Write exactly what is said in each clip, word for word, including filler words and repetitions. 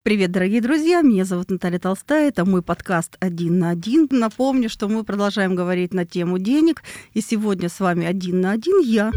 Привет, дорогие друзья! Меня зовут Наталья Толстая. Это мой подкаст «Один на один». Напомню, что мы продолжаем говорить на тему денег. И сегодня с вами один на один я.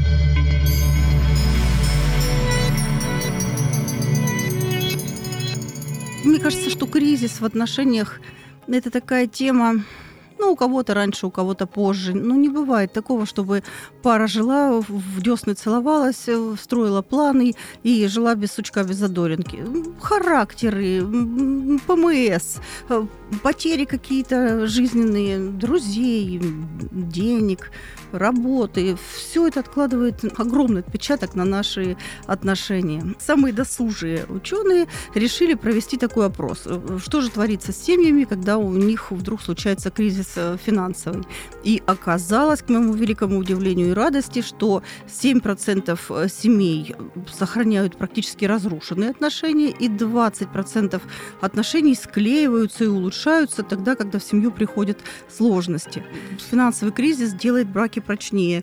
Мне кажется, что кризис в отношениях– это такая тема, ну, у кого-то раньше, у кого-то позже. Ну, не бывает такого, чтобы пара жила, в десны целовалась, строила планы и жила без сучка, без задоринки. Характеры, ПМС, потери какие-то жизненные, друзей, денег, работы. Все это откладывает огромный отпечаток на наши отношения. Самые досужие ученые решили провести такой опрос. Что же творится с семьями, когда у них вдруг случается кризис финансовый? И оказалось, к моему великому удивлению и радости, что семь процентов семей сохраняют практически разрушенные отношения, и двадцать процентов отношений склеиваются и улучшаются тогда, когда в семью приходят сложности. Финансовый кризис делает браки прочнее.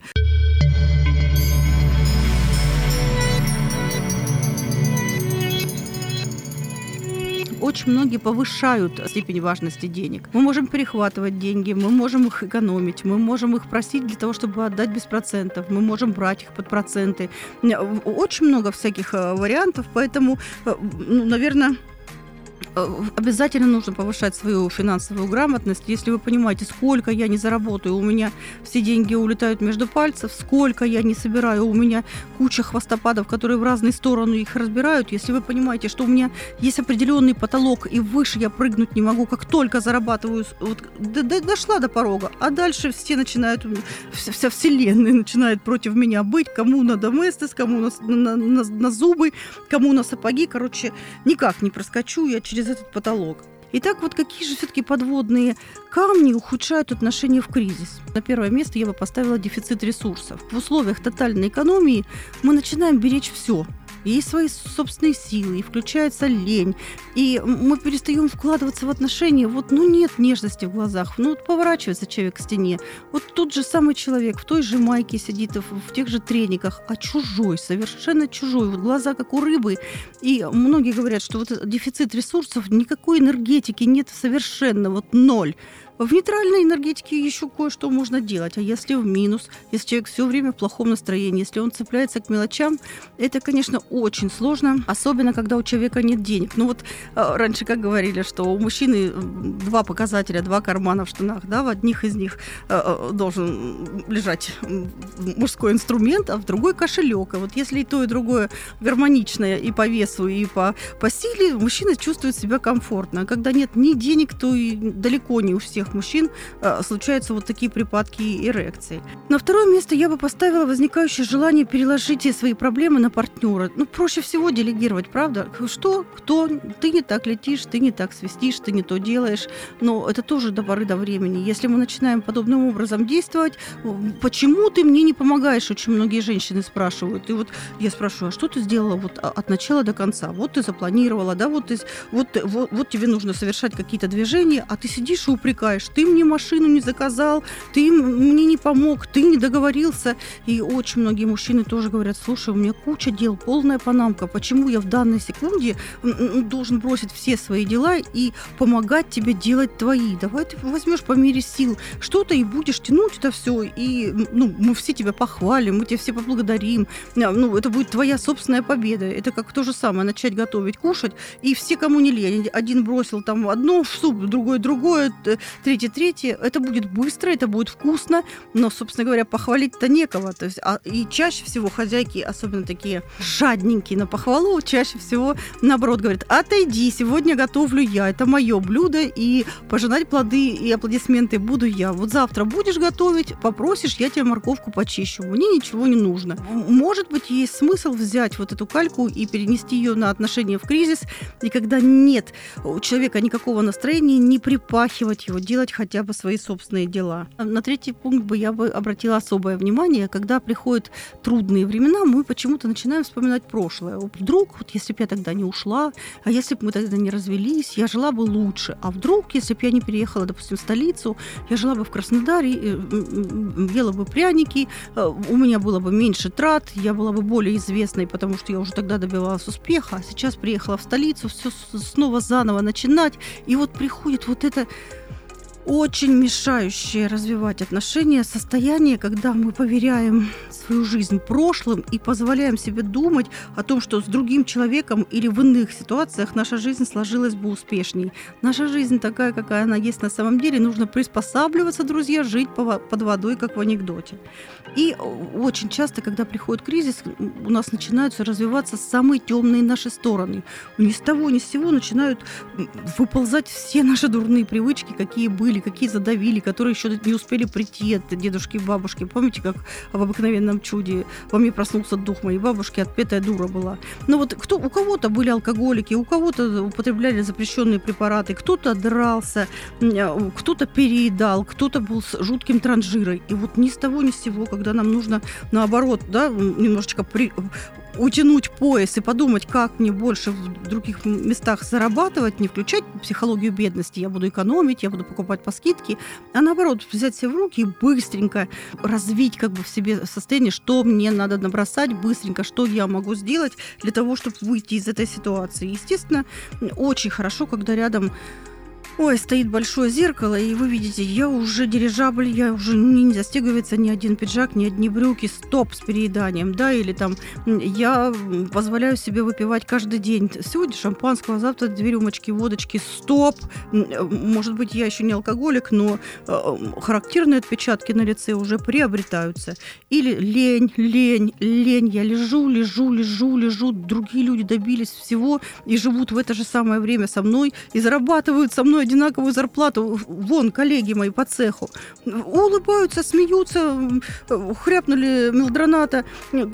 Очень многие повышают степень важности денег. Мы можем перехватывать деньги, мы можем их экономить, мы можем их просить для того, чтобы отдать без процентов, мы можем брать их под проценты. Очень много всяких вариантов, поэтому, ну, наверное, обязательно нужно повышать свою финансовую грамотность. Если вы понимаете, сколько я не заработаю, у меня все деньги улетают между пальцев, сколько я не собираю, у меня куча хвостопадов, которые в разные стороны их разбирают. Если вы понимаете, что у меня есть определенный потолок, и выше я прыгнуть не могу, как только зарабатываю, вот, д- д- дошла до порога, а дальше все начинают, вся вселенная начинает против меня быть, кому на доместос, кому на, на, на, на зубы, кому на сапоги, короче, никак не проскочу я через этот потолок. Итак, вот какие же все-таки подводные камни ухудшают отношения в кризис? На первое место я бы поставила дефицит ресурсов. В условиях тотальной экономии мы начинаем беречь все. И свои собственные силы, и включается лень, и мы перестаем вкладываться в отношения. Вот, ну, нет нежности в глазах, ну, вот поворачивается человек к стене. Вот тот же самый человек в той же майке сидит, в, в тех же трениках, а чужой, совершенно чужой. Вот глаза как у рыбы. И многие говорят, что вот дефицит ресурсов, никакой энергетики нет совершенно, вот ноль. В нейтральной энергетике еще кое-что можно делать. А если в минус, если человек все время в плохом настроении, если он цепляется к мелочам, это, конечно, очень сложно, особенно когда у человека нет денег. Ну вот раньше как говорили, что у мужчины два показателя, два кармана в штанах, да, в одних из них должен лежать мужской инструмент, а в другой кошелек. А вот если и то, и другое гармоничное и по весу, и по, по силе, мужчина чувствует себя комфортно. А когда нет ни денег, то и далеко не у всех мужчин э, случаются вот такие припадки эрекции. На второе место я бы поставила возникающее желание переложить свои проблемы на партнера. Ну, проще всего делегировать, правда? Что? Кто? Ты не так летишь, ты не так свистишь, ты не то делаешь. Но это тоже до поры до времени. Если мы начинаем подобным образом действовать, почему ты мне не помогаешь? Очень многие женщины спрашивают. И вот я спрашиваю, а что ты сделала вот от начала до конца? Вот ты запланировала, да, вот, ты, вот, вот, вот тебе нужно совершать какие-то движения, а ты сидишь и упрекаешь. Ты мне машину не заказал, ты мне не помог, ты не договорился. И очень многие мужчины тоже говорят, слушай, у меня куча дел, полная панамка. Почему я в данной секунде должен бросить все свои дела и помогать тебе делать твои? Давай ты возьмешь по мере сил что-то и будешь тянуть это все. И ну, мы все тебя похвалим, мы тебя все поблагодарим. Ну, это будет твоя собственная победа. Это как то же самое, начать готовить, кушать. И все, кому не лень. Один бросил там одно в суп, другой другое, третье, третье, это будет быстро, это будет вкусно, но, собственно говоря, похвалить-то некого. То есть, а, и чаще всего хозяйки, особенно такие жадненькие на похвалу, чаще всего, наоборот, говорят, отойди, сегодня готовлю я, это мое блюдо, и пожинать плоды и аплодисменты буду я. Вот завтра будешь готовить, попросишь, я тебе морковку почищу, мне ничего не нужно. Может быть, есть смысл взять вот эту кальку и перенести ее на отношения в кризис, и когда нет у человека никакого настроения, не припахивать его, делать хотя бы свои собственные дела. На третий пункт бы я бы обратила особое внимание. Когда приходят трудные времена, мы почему-то начинаем вспоминать прошлое. Вдруг, вот если бы я тогда не ушла, а если бы мы тогда не развелись, я жила бы лучше. А вдруг, если бы я не переехала, допустим, в столицу, я жила бы в Краснодаре, ела бы пряники, у меня было бы меньше трат, я была бы более известной, потому что я уже тогда добивалась успеха, а сейчас приехала в столицу, все снова заново начинать. И вот приходит вот это очень мешающее развивать отношения состояние, когда мы поверяем свою жизнь прошлым и позволяем себе думать о том, что с другим человеком или в иных ситуациях наша жизнь сложилась бы успешней. Наша жизнь такая, какая она есть на самом деле. Нужно приспосабливаться, друзья, жить под водой, как в анекдоте. И очень часто, когда приходит кризис, у нас начинаются развиваться самые темные наши стороны. Ни с того, ни с сего начинают выползать все наши дурные привычки, какие были, какие задавили, которые еще не успели прийти от дедушки и бабушки. Помните, как в «Обыкновенном чуде» во мне проснулся дух моей бабушки, отпетая дура была. Но вот кто, у кого-то были алкоголики, у кого-то употребляли запрещенные препараты, кто-то дрался, кто-то переедал, кто-то был с жутким транжирой. И вот ни с того, ни с сего, когда нам нужно, наоборот, да, немножечко при... утянуть пояс и подумать, как мне больше в других местах зарабатывать, не включать психологию бедности, я буду экономить, я буду покупать по скидке, а наоборот, взять себя в руки и быстренько развить как бы в себе состояние, что мне надо набросать, быстренько, что я могу сделать для того, чтобы выйти из этой ситуации. Естественно, очень хорошо, когда рядом Ой, стоит большое зеркало, и вы видите, я уже дирижабль, я уже не, не застегивается ни один пиджак, ни одни брюки, стоп с перееданием, да, или там я позволяю себе выпивать каждый день. Сегодня шампанского, завтра две рюмочки водочки, стоп. Может быть, я еще не алкоголик, но характерные отпечатки на лице уже приобретаются. Или лень, лень, лень, я лежу, лежу, лежу, лежу, другие люди добились всего и живут в это же самое время со мной и зарабатывают со мной одинаковую зарплату. Вон, коллеги мои по цеху. Улыбаются, смеются, хряпнули мелдроната,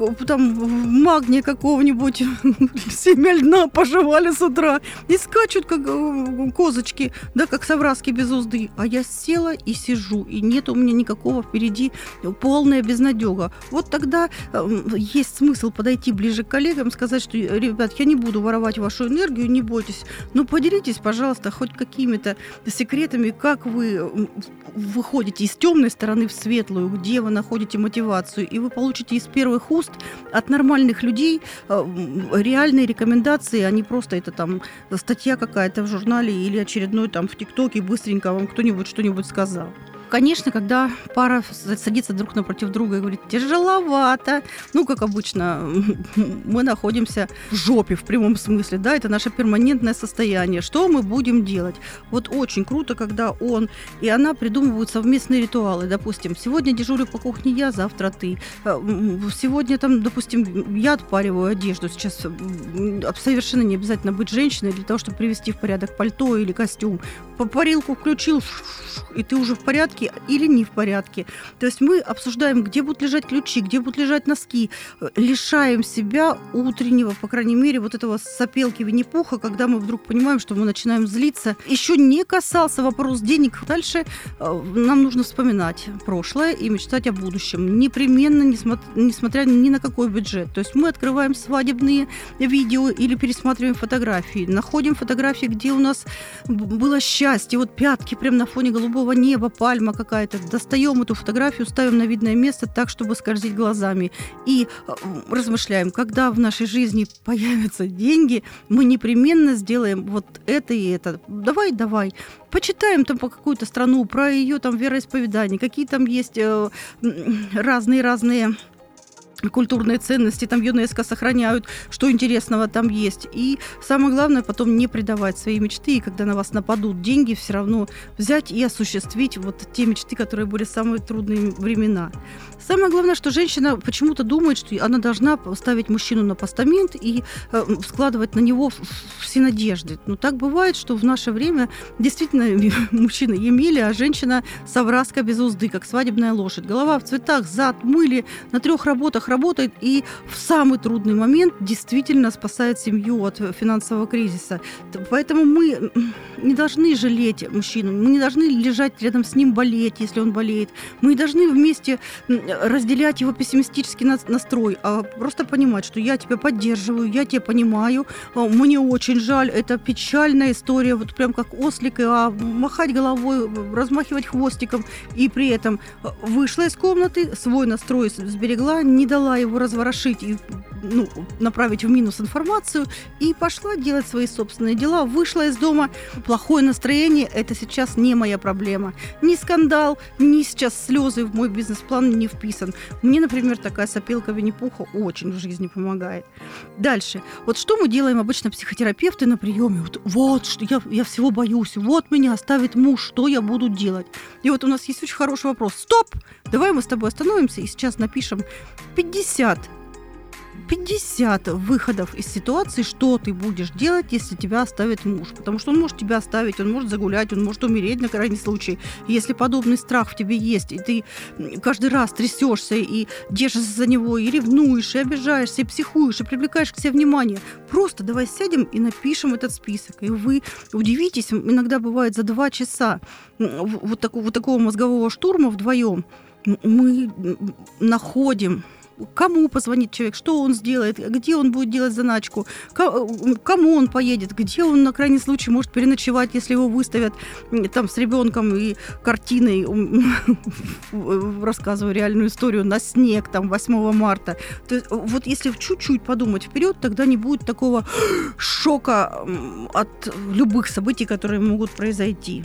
там магния какого-нибудь, семя льна пожевали с утра и скачут, как козочки, да, как совраски без узды. А я села и сижу, и нет у меня никакого впереди, полная безнадега. Вот тогда есть смысл подойти ближе к коллегам, сказать, что, ребят, я не буду воровать вашу энергию, не бойтесь, но поделитесь, пожалуйста, хоть какими-то секретами, как вы выходите из темной стороны в светлую, где вы находите мотивацию, и вы получите из первых уст от нормальных людей реальные рекомендации, а не просто это там статья какая-то в журнале или очередной там в ТикТоке быстренько вам кто-нибудь что-нибудь сказал. Конечно, когда пара садится друг напротив друга и говорит, тяжеловато, ну, как обычно, мы находимся в жопе в прямом смысле, да, это наше перманентное состояние. Что мы будем делать? Вот очень круто, когда он и она придумывают совместные ритуалы. Допустим, сегодня дежурю по кухне я, завтра ты. Сегодня, там, допустим, я отпариваю одежду. Сейчас совершенно не обязательно быть женщиной для того, чтобы привести в порядок пальто или костюм. Парилку включил, и ты уже в порядке, или не в порядке. То есть мы обсуждаем, где будут лежать ключи, где будут лежать носки. Лишаем себя утреннего, по крайней мере, вот этого сопелки Винни-Пуха, когда мы вдруг понимаем, что мы начинаем злиться. Еще не касался вопрос денег. Дальше нам нужно вспоминать прошлое и мечтать о будущем. Непременно, несмотря ни на какой бюджет. То есть мы открываем свадебные видео или пересматриваем фотографии. Находим фотографии, где у нас было счастье. Вот пятки прямо на фоне голубого неба, пальма какая-то. Достаем эту фотографию, ставим на видное место так, чтобы скользить глазами. И размышляем, когда в нашей жизни появятся деньги, мы непременно сделаем вот это и это. Давай, давай. Почитаем там по какую-то страну, про ее там вероисповедание, какие там есть разные-разные культурные ценности, там ЮНЕСКО сохраняют, что интересного там есть. И самое главное, потом не предавать свои мечты, и когда на вас нападут деньги, все равно взять и осуществить вот те мечты, которые были в самые трудные времена. Самое главное, что женщина почему-то думает, что она должна ставить мужчину на постамент и э, складывать на него все надежды. Но так бывает, что в наше время действительно мужчина Емеля, а женщина совраска без узды, как свадебная лошадь. Голова в цветах, зад мыли, на трех работах работает и в самый трудный момент действительно спасает семью от финансового кризиса. Поэтому мы не должны жалеть мужчину, мы не должны лежать рядом с ним, болеть, если он болеет. Мы не должны вместе разделять его пессимистический настрой, а просто понимать, что я тебя поддерживаю, я тебя понимаю, мне очень жаль, это печальная история, вот прям как ослик, а махать головой, размахивать хвостиком, и при этом вышла из комнаты, свой настрой сберегла, не дала его разворошить и ну, направить в минус информацию, и пошла делать свои собственные дела, вышла из дома. Плохое настроение – это сейчас не моя проблема. Ни скандал, ни сейчас слезы в мой бизнес-план не вписан. Мне, например, такая сопелка Винни-Пуха очень в жизни помогает. Дальше. Вот что мы делаем обычно психотерапевты на приеме? Вот, вот что я, я всего боюсь, вот меня оставит муж, что я буду делать? И вот у нас есть очень хороший вопрос. Стоп! Давай мы с тобой остановимся и сейчас напишем пятьдесят пятьдесят выходов из ситуации, что ты будешь делать, если тебя оставит муж. Потому что он может тебя оставить, он может загулять, он может умереть на крайний случай. Если подобный страх в тебе есть, и ты каждый раз трясешься и держишься за него, и ревнуешь, и обижаешься, и психуешь, и привлекаешь к себе внимание, просто давай сядем и напишем этот список. И вы удивитесь, иногда бывает за два часа вот такого, вот такого мозгового штурма вдвоем мы находим, кому позвонит человек, что он сделает, где он будет делать заначку, кому он поедет, где он на крайний случай может переночевать, если его выставят там с ребенком и картиной, рассказываю реальную историю, на снег там восьмого марта. То есть, вот если чуть-чуть подумать вперед, тогда не будет такого шока от любых событий, которые могут произойти.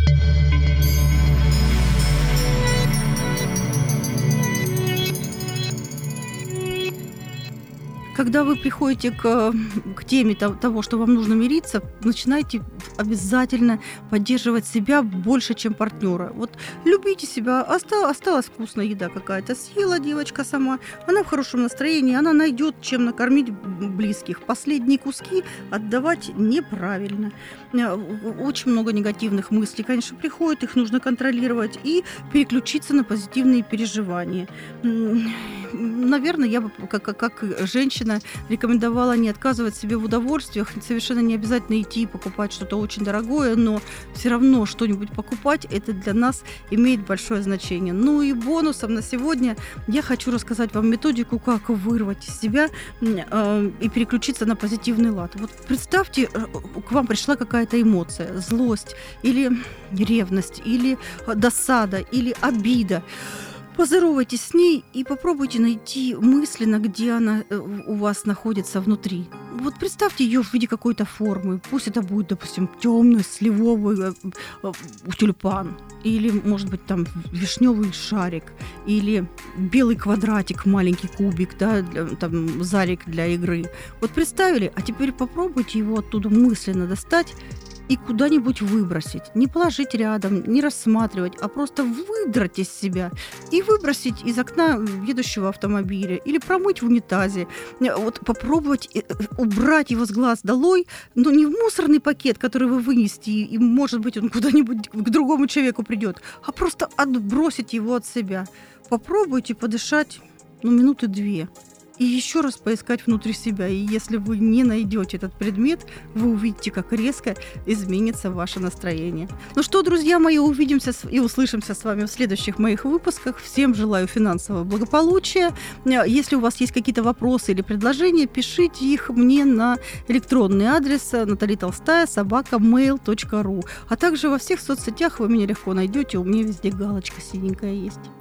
Когда вы приходите к, к теме того, что вам нужно мириться, начинайте обязательно поддерживать себя больше, чем партнера. Вот любите себя, осталась, осталась вкусная еда какая-то, съела девочка сама, она в хорошем настроении, она найдет, чем накормить близких. Последние куски отдавать неправильно. Очень много негативных мыслей, конечно, приходит, их нужно контролировать и переключиться на позитивные переживания. Наверное, я бы, как, как женщина, рекомендовала не отказывать себе в удовольствиях. Совершенно не обязательно идти и покупать что-то очень дорогое, но все равно что-нибудь покупать, это для нас имеет большое значение. Ну и бонусом на сегодня я хочу рассказать вам методику, как вырвать из себя э, и переключиться на позитивный лад. Вот представьте, к вам пришла какая-то эмоция, злость или ревность, или досада, или обида. Поздоровайтесь с ней и попробуйте найти мысленно, где она у вас находится внутри. Вот представьте ее в виде какой-то формы. Пусть это будет, допустим, темный сливовый тюльпан, или, может быть, там вишневый шарик, или белый квадратик, маленький кубик, да, для, там зарик для игры. Вот представили, а теперь попробуйте его оттуда мысленно достать и куда-нибудь выбросить. Не положить рядом, не рассматривать, а просто выдрать из себя и выбросить из окна едущего автомобиля или промыть в унитазе. Вот попробовать убрать его с глаз долой, но не в мусорный пакет, который вы вынесете, и, может быть, он куда-нибудь к другому человеку придет, а просто отбросить его от себя. Попробуйте подышать, ну, минуты две. И еще раз поискать внутри себя. И если вы не найдете этот предмет, вы увидите, как резко изменится ваше настроение. Ну что, друзья мои, увидимся и услышимся с вами в следующих моих выпусках. Всем желаю финансового благополучия. Если у вас есть какие-то вопросы или предложения, пишите их мне на электронный адрес натали толстая собака мейл точка ру. А также во всех соцсетях вы меня легко найдете. У меня везде галочка синенькая есть.